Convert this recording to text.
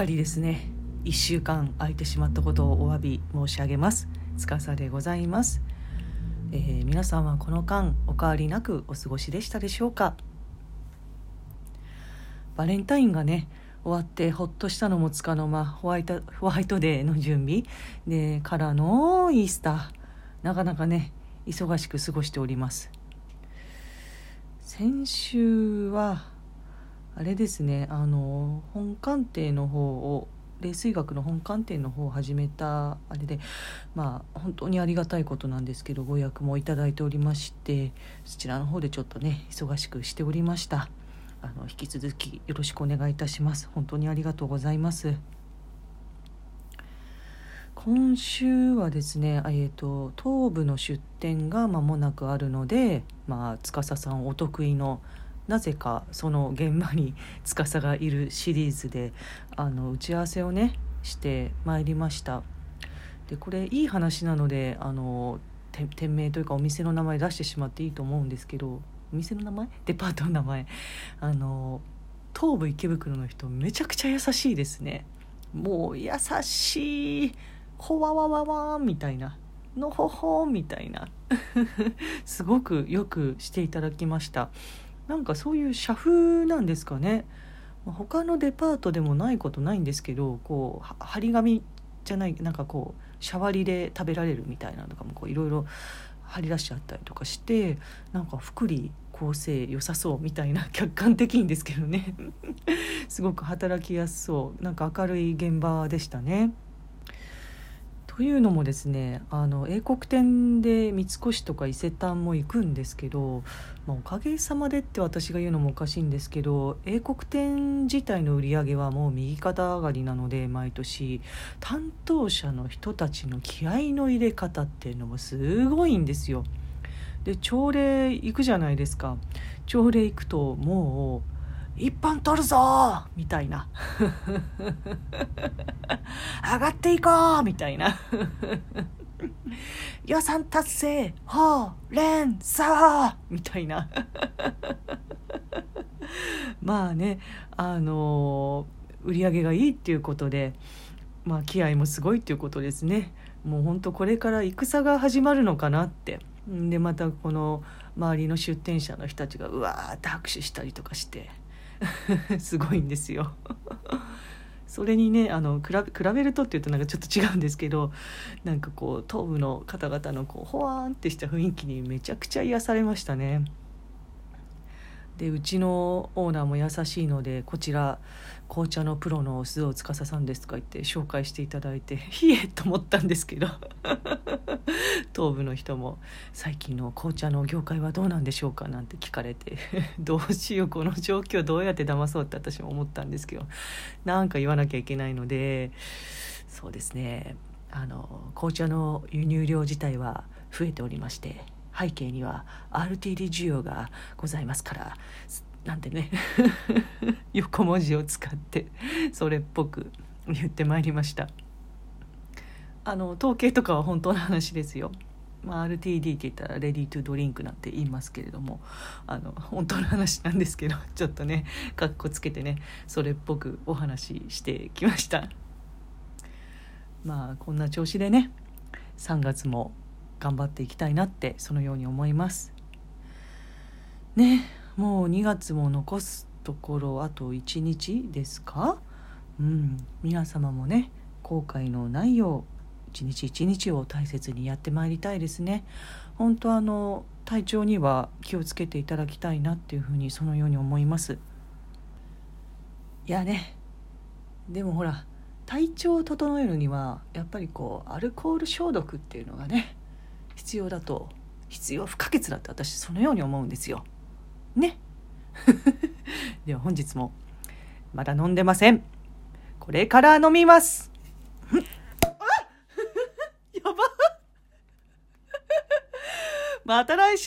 かりですね。1週間空いてしまったことをお詫び申し上げます。司でございます。皆さんはこの間お変わりなくお過ごしでしたでしょうか。バレンタインがね終わってほっとしたのもつかの間、ホワイトデーの準備でからのイースター、なかなかね忙しく過ごしております。先週はあれですね、本鑑定の方を冷水学の本鑑定の方を始めたあれで、本当にありがたいことなんですけど、ご予約もいただいておりまして、そちらの方でちょっとね忙しくしておりました。引き続きよろしくお願いいたします。本当にありがとうございます。今週はですね、東部の出店が間もなくあるので、司さんお得意のなぜかその現場に司がいるシリーズで打ち合わせをねしてまいりました。でこれいい話なので店名というかお店の名前出してしまっていいと思うんですけど、お店の名前、デパートの名前、東武池袋の人めちゃくちゃ優しいですね。もう優しい、ほわわわわみたいな、のほほみたいなすごくよくしていただきました。なんかそういう社風なんですかね。他のデパートでもないことないんですけど、こう張り紙じゃない、なんかこうシャワリで食べられるみたいなのとかもいろいろ張り出しちゃったりとかして、なんか福利厚生良さそうみたいな、客観的にですけどねすごく働きやすそう、なんか明るい現場でしたね。というのもですね、英国店で三越とか伊勢丹も行くんですけど、おかげさまでって私が言うのもおかしいんですけど、英国店自体の売り上げはもう右肩上がりなので、毎年担当者の人たちの気合の入れ方っていうのもすごいんですよ。で朝礼行くじゃないですか。朝礼行くともう一本取るぞみたいな上がっていこうみたいな予算達成ほうれん草みたいな売り上げがいいっていうことで、気合もすごいっていうことですね。もう本当これから戦が始まるのかなって。でまたこの周りの出店者の人たちがうわーって拍手したりとかしてすごいんですよそれにね比べるとっていうとなんかちょっと違うんですけど、なんかこう東部の方々のこうほわーんってした雰囲気にめちゃくちゃ癒されましたね。でうちのオーナーも優しいので、こちら紅茶のプロの須藤司さんですとか言って紹介していただいて、ひえと思ったんですけど東部の人も最近の紅茶の業界はどうなんでしょうかなんて聞かれてどうしようこの状況どうやって騙そうって私も思ったんですけど、なんか言わなきゃいけないので、そうですね、紅茶の輸入量自体は増えておりまして、背景には RTD 需要がございますからなんてね横文字を使ってそれっぽく言ってまいりました。統計とかは本当の話ですよ。RTD って言ったらレディートゥドリンクなんて言いますけれども、本当の話なんですけど、ちょっとねかっこつけてねそれっぽくお話ししてきました。こんな調子でね3月も頑張っていきたいなってそのように思いますね。もう2月も残すところあと1日ですか。皆様もね後悔のないよう一日一日を大切にやってまいりたいですね。本当体調には気をつけていただきたいなっていうふうにそのように思います。いやね、でもほら体調を整えるにはやっぱりアルコール消毒っていうのがね必要不可欠だって私そのように思うんですよねでは本日もまだ飲んでません。これから飲みますやばまた来週。